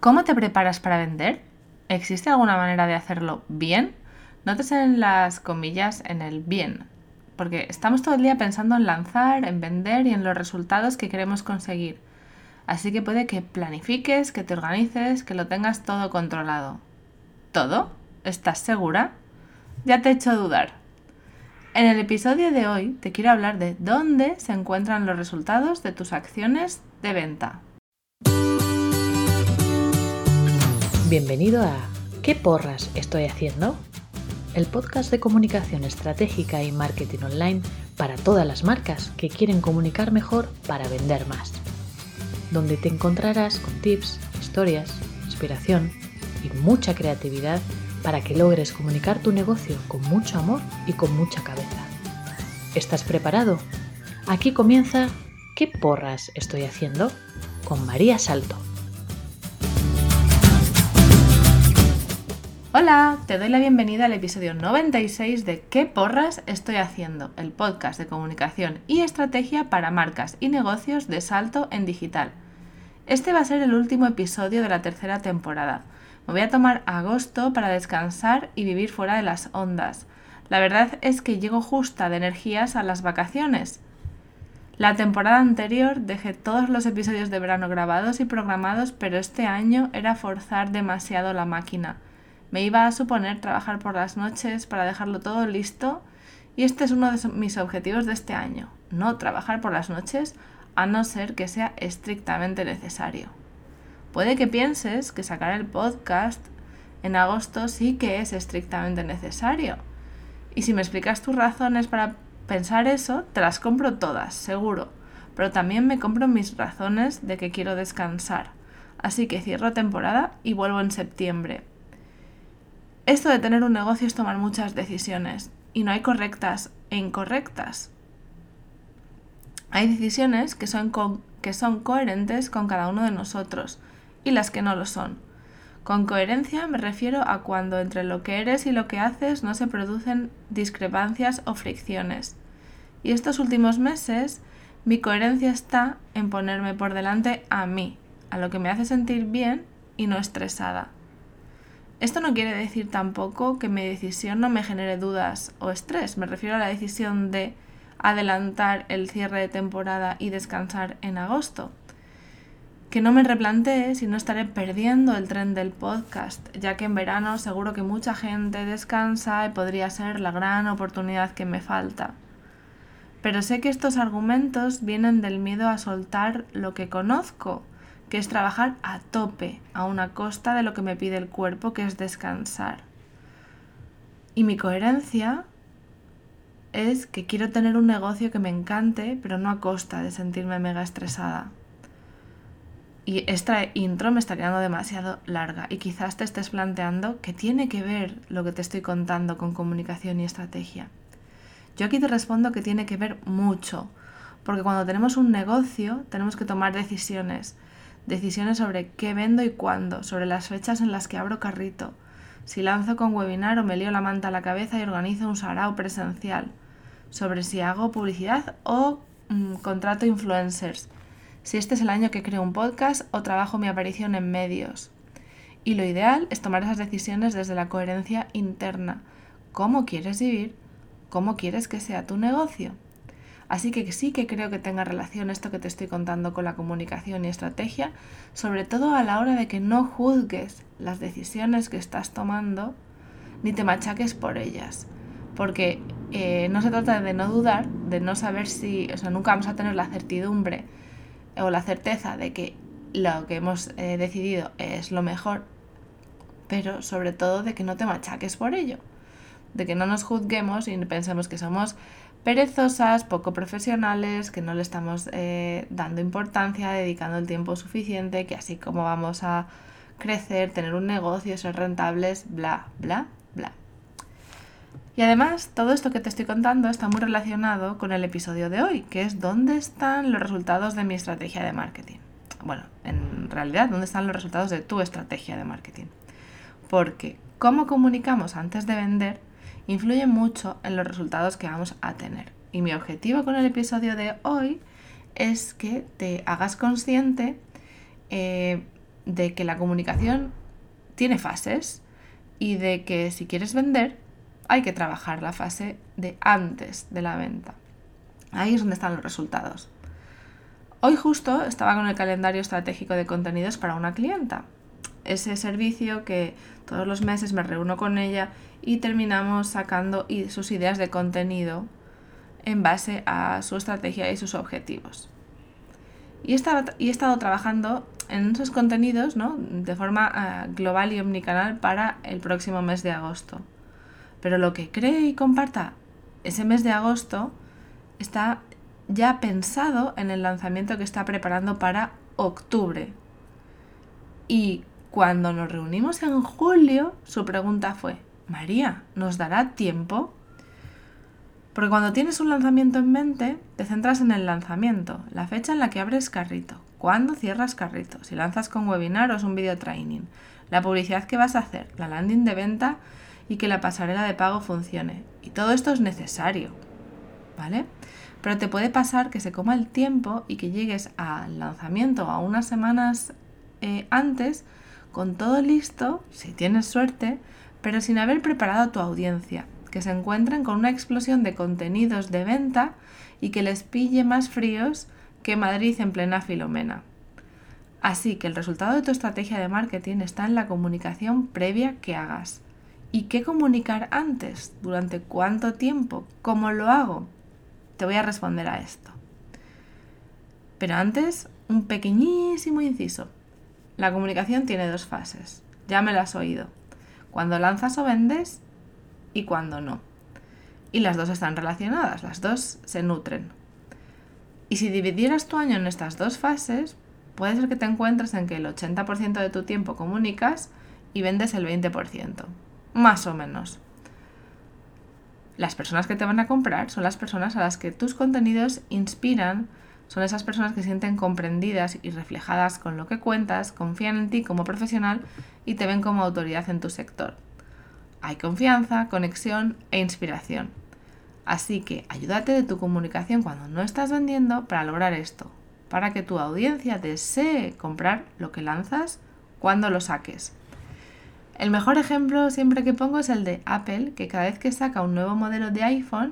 ¿Cómo te preparas para vender? ¿Existe alguna manera de hacerlo bien? Nótese en las comillas en el bien, porque estamos todo el día pensando en lanzar, en vender y en los resultados que queremos conseguir. Así que puede que planifiques, que te organices, que lo tengas todo controlado. ¿Todo? ¿Estás segura? Ya te he hecho dudar. En el episodio de hoy te quiero hablar de dónde se encuentran los resultados de tus acciones de venta. Bienvenido a ¿Qué porras estoy haciendo? El podcast de comunicación estratégica y marketing online para todas las marcas que quieren comunicar mejor para vender más. Donde te encontrarás con tips, historias, inspiración y mucha creatividad para que logres comunicar tu negocio con mucho amor y con mucha cabeza. ¿Estás preparado? Aquí comienza ¿Qué porras estoy haciendo? Con María Salto. Hola, te doy la bienvenida al episodio 96 de ¿Qué porras estoy haciendo? El podcast de comunicación y estrategia para marcas y negocios de salto en digital. Este va a ser el último episodio de la tercera temporada. Me voy a tomar agosto para descansar y vivir fuera de las ondas. La verdad es que llego justa de energías a las vacaciones. La temporada anterior dejé todos los episodios de verano grabados y programados, pero este año era forzar demasiado la máquina. Me iba a suponer trabajar por las noches para dejarlo todo listo y este es uno de mis objetivos de este año, no trabajar por las noches a no ser que sea estrictamente necesario. Puede que pienses que sacar el podcast en agosto sí que es estrictamente necesario. Y si me explicas tus razones para pensar eso, te las compro todas, seguro. Pero también me compro mis razones de que quiero descansar. Así que cierro temporada y vuelvo en septiembre. Esto de tener un negocio es tomar muchas decisiones y no hay correctas e incorrectas. Hay decisiones que son coherentes con cada uno de nosotros y las que no lo son. Con coherencia me refiero a cuando entre lo que eres y lo que haces no se producen discrepancias o fricciones. Y estos últimos meses mi coherencia está en ponerme por delante a mí, a lo que me hace sentir bien y no estresada. Esto no quiere decir tampoco que mi decisión no me genere dudas o estrés. Me refiero a la decisión de adelantar el cierre de temporada y descansar en agosto. Que no me replantee si no estaré perdiendo el tren del podcast, ya que en verano seguro que mucha gente descansa y podría ser la gran oportunidad que me falta. Pero sé que estos argumentos vienen del miedo a soltar lo que conozco, que es trabajar a tope, a una costa de lo que me pide el cuerpo, que es descansar. Y mi coherencia es que quiero tener un negocio que me encante, pero no a costa de sentirme mega estresada. Y esta intro me está quedando demasiado larga y quizás te estés planteando qué tiene que ver lo que te estoy contando con comunicación y estrategia. Yo aquí te respondo que tiene que ver mucho, porque cuando tenemos un negocio tenemos que tomar decisiones sobre qué vendo y cuándo, sobre las fechas en las que abro carrito, si lanzo con webinar o me lío la manta a la cabeza y organizo un sarao presencial, sobre si hago publicidad o contrato influencers, si este es el año que creo un podcast o trabajo mi aparición en medios. Y lo ideal es tomar esas decisiones desde la coherencia interna. ¿Cómo quieres vivir? ¿Cómo quieres que sea tu negocio? Así que sí que creo que tenga relación esto que te estoy contando con la comunicación y estrategia, sobre todo a la hora de que no juzgues las decisiones que estás tomando ni te machaques por ellas. Porque no se trata de no dudar, de no saber si, nunca vamos a tener la certidumbre o la certeza de que lo que hemos decidido es lo mejor, pero sobre todo de que no te machaques por ello, de que no nos juzguemos y pensemos que somos perezosas, poco profesionales, que no le estamos dando importancia, dedicando el tiempo suficiente, que así como vamos a crecer, tener un negocio, ser rentables, bla, bla, bla. Y además, todo esto que te estoy contando está muy relacionado con el episodio de hoy, que es ¿dónde están los resultados de mi estrategia de marketing? Bueno, en realidad, ¿dónde están los resultados de tu estrategia de marketing? Porque cómo comunicamos antes de vender influye mucho en los resultados que vamos a tener. Y mi objetivo con el episodio de hoy es que te hagas consciente de que la comunicación tiene fases y de que si quieres vender hay que trabajar la fase de antes de la venta. Ahí es donde están los resultados. Hoy justo estaba con el calendario estratégico de contenidos para una clienta. Ese servicio que todos los meses me reúno con ella y terminamos sacando sus ideas de contenido en base a su estrategia y sus objetivos. Y he estado trabajando en esos contenidos, ¿no?, de forma global y omnicanal para el próximo mes de agosto. Pero lo que cree y comparta ese mes de agosto está ya pensado en el lanzamiento que está preparando para octubre. Y cuando nos reunimos en julio, su pregunta fue: María, ¿nos dará tiempo? Porque cuando tienes un lanzamiento en mente, te centras en el lanzamiento, la fecha en la que abres carrito, cuándo cierras carrito, si lanzas con webinar o es un video training, la publicidad que vas a hacer, la landing de venta y que la pasarela de pago funcione. Y todo esto es necesario, ¿vale? Pero te puede pasar que se coma el tiempo y que llegues al lanzamiento a unas semanas antes con todo listo, si tienes suerte, pero sin haber preparado a tu audiencia, que se encuentren con una explosión de contenidos de venta y que les pille más fríos que Madrid en plena Filomena. Así que el resultado de tu estrategia de marketing está en la comunicación previa que hagas. ¿Y qué comunicar antes? ¿Durante cuánto tiempo? ¿Cómo lo hago? Te voy a responder a esto. Pero antes, un pequeñísimo inciso. La comunicación tiene dos fases. Ya me lo has oído. Cuando lanzas o vendes y cuando no. Y las dos están relacionadas, las dos se nutren. Y si dividieras tu año en estas dos fases, puede ser que te encuentres en que el 80% de tu tiempo comunicas y vendes el 20%. Más o menos. Las personas que te van a comprar son las personas a las que tus contenidos inspiran, son esas personas que se sienten comprendidas y reflejadas con lo que cuentas, confían en ti como profesional y te ven como autoridad en tu sector. Hay confianza, conexión e inspiración. Así que ayúdate de tu comunicación cuando no estás vendiendo para lograr esto, para que tu audiencia desee comprar lo que lanzas cuando lo saques. El mejor ejemplo siempre que pongo es el de Apple, que cada vez que saca un nuevo modelo de iPhone,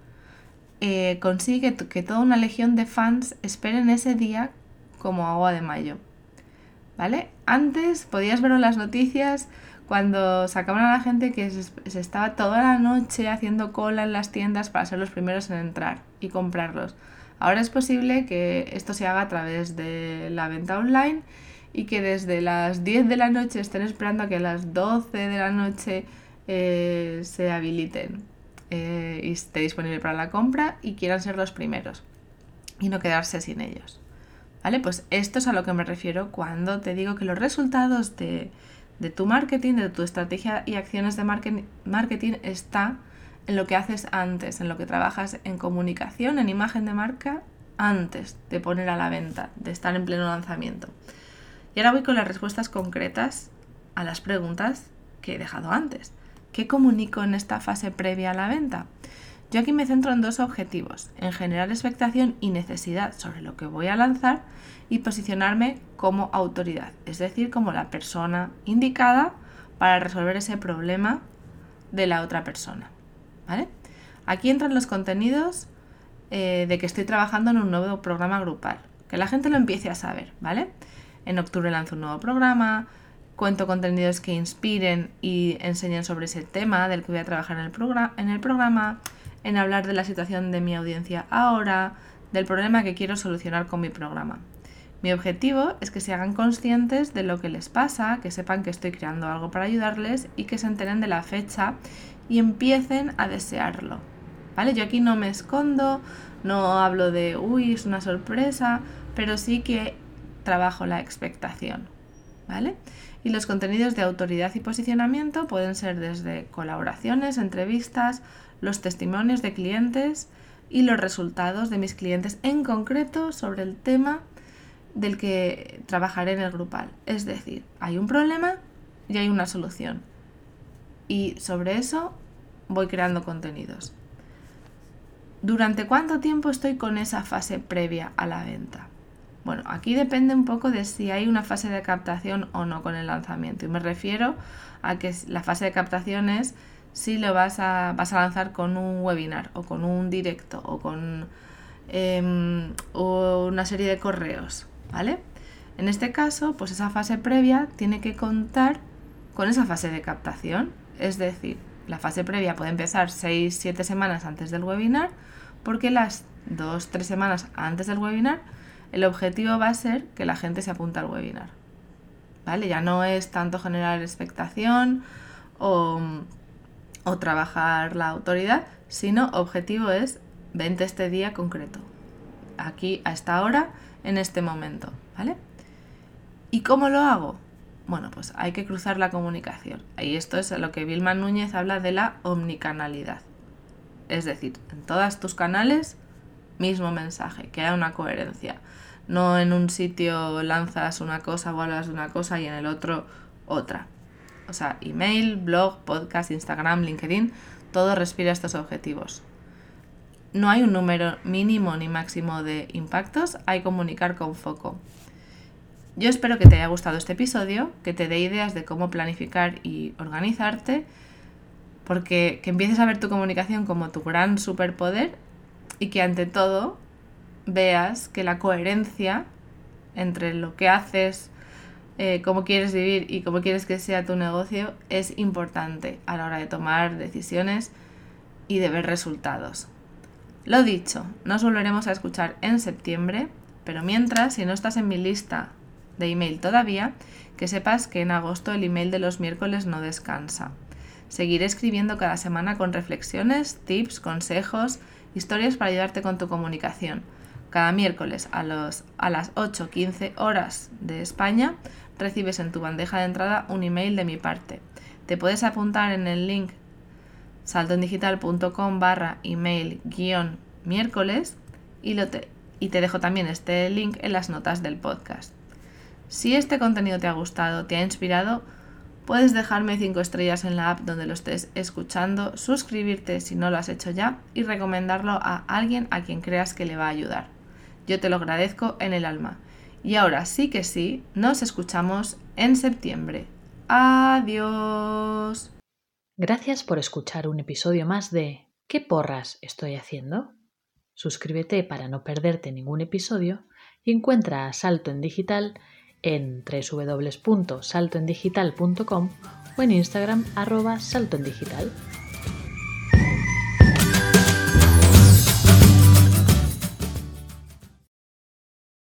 consigue que toda una legión de fans esperen ese día como agua de mayo, ¿vale? Antes podías ver en las noticias cuando sacaban a la gente que se estaba toda la noche haciendo cola en las tiendas para ser los primeros en entrar y comprarlos. Ahora es posible que esto se haga a través de la venta online y que desde las 10 de la noche estén esperando a que a las 12 de la noche se habiliten y esté disponible para la compra y quieran ser los primeros y no quedarse sin ellos. ¿Vale? Pues esto es a lo que me refiero cuando te digo que los resultados de tu marketing, de tu estrategia y acciones de marketing está en lo que haces antes, en lo que trabajas en comunicación, en imagen de marca, antes de poner a la venta, de estar en pleno lanzamiento. Y ahora voy con las respuestas concretas a las preguntas que he dejado antes. ¿Qué comunico en esta fase previa a la venta? Yo aquí me centro en dos objetivos, en generar expectación y necesidad sobre lo que voy a lanzar y posicionarme como autoridad, es decir, como la persona indicada para resolver ese problema de la otra persona, ¿vale? Aquí entran los contenidos de que estoy trabajando en un nuevo programa grupal, que la gente lo empiece a saber, ¿vale? En octubre lanzo un nuevo programa, cuento contenidos que inspiren y enseñen sobre ese tema del que voy a trabajar en el programa, en hablar de la situación de mi audiencia ahora, del problema que quiero solucionar con mi programa. Mi objetivo es que se hagan conscientes de lo que les pasa, que sepan que estoy creando algo para ayudarles y que se enteren de la fecha y empiecen a desearlo, ¿vale? Yo aquí no me escondo, no hablo de uy, es una sorpresa, pero sí que trabajo la expectación, ¿vale? Y los contenidos de autoridad y posicionamiento pueden ser desde colaboraciones, entrevistas, los testimonios de clientes y los resultados de mis clientes en concreto sobre el tema del que trabajaré en el grupal. Es decir, hay un problema y hay una solución. Y sobre eso voy creando contenidos. ¿Durante cuánto tiempo estoy con esa fase previa a la venta? Bueno, aquí depende un poco de si hay una fase de captación o no con el lanzamiento. Y me refiero a que la fase de captación es si lo vas a lanzar con un webinar o con un directo o con una serie de correos, ¿vale? En este caso, pues esa fase previa tiene que contar con esa fase de captación. Es decir, la fase previa puede empezar 6-7 semanas antes del webinar, porque las 2-3 semanas antes del webinar el objetivo va a ser que la gente se apunte al webinar, ¿vale? Ya no es tanto generar expectación o trabajar la autoridad, sino objetivo es vente este día concreto, aquí a esta hora, en este momento, ¿vale? ¿Y cómo lo hago? Bueno, pues hay que cruzar la comunicación. Y esto es lo que Vilma Núñez habla de la omnicanalidad. Es decir, en todos tus canales, mismo mensaje, que haya una coherencia. No en un sitio lanzas una cosa o hablas de una cosa y en el otro otra. O sea, email, blog, podcast, Instagram, LinkedIn, todo respira estos objetivos. No hay un número mínimo ni máximo de impactos, hay comunicar con foco. Yo espero que te haya gustado este episodio, que te dé ideas de cómo planificar y organizarte, porque que empieces a ver tu comunicación como tu gran superpoder y que ante todo veas que la coherencia entre lo que haces, cómo quieres vivir y cómo quieres que sea tu negocio es importante a la hora de tomar decisiones y de ver resultados. Lo dicho, nos volveremos a escuchar en septiembre, pero mientras, si no estás en mi lista de email todavía, que sepas que en agosto el email de los miércoles no descansa. Seguiré escribiendo cada semana con reflexiones, tips, consejos, historias para ayudarte con tu comunicación. Cada miércoles a las 8:15 horas de España recibes en tu bandeja de entrada un email de mi parte. Te puedes apuntar en el link saltoendigital.com/email-miércoles y te dejo también este link en las notas del podcast. Si este contenido te ha gustado, te ha inspirado, puedes dejarme 5 estrellas en la app donde lo estés escuchando, suscribirte si no lo has hecho ya y recomendarlo a alguien a quien creas que le va a ayudar. Yo te lo agradezco en el alma. Y ahora sí que sí, nos escuchamos en septiembre. ¡Adiós! Gracias por escuchar un episodio más de ¿Qué porras estoy haciendo? Suscríbete para no perderte ningún episodio y encuentra a Salto en Digital en www.saltoendigital.com o en Instagram @saltoendigital.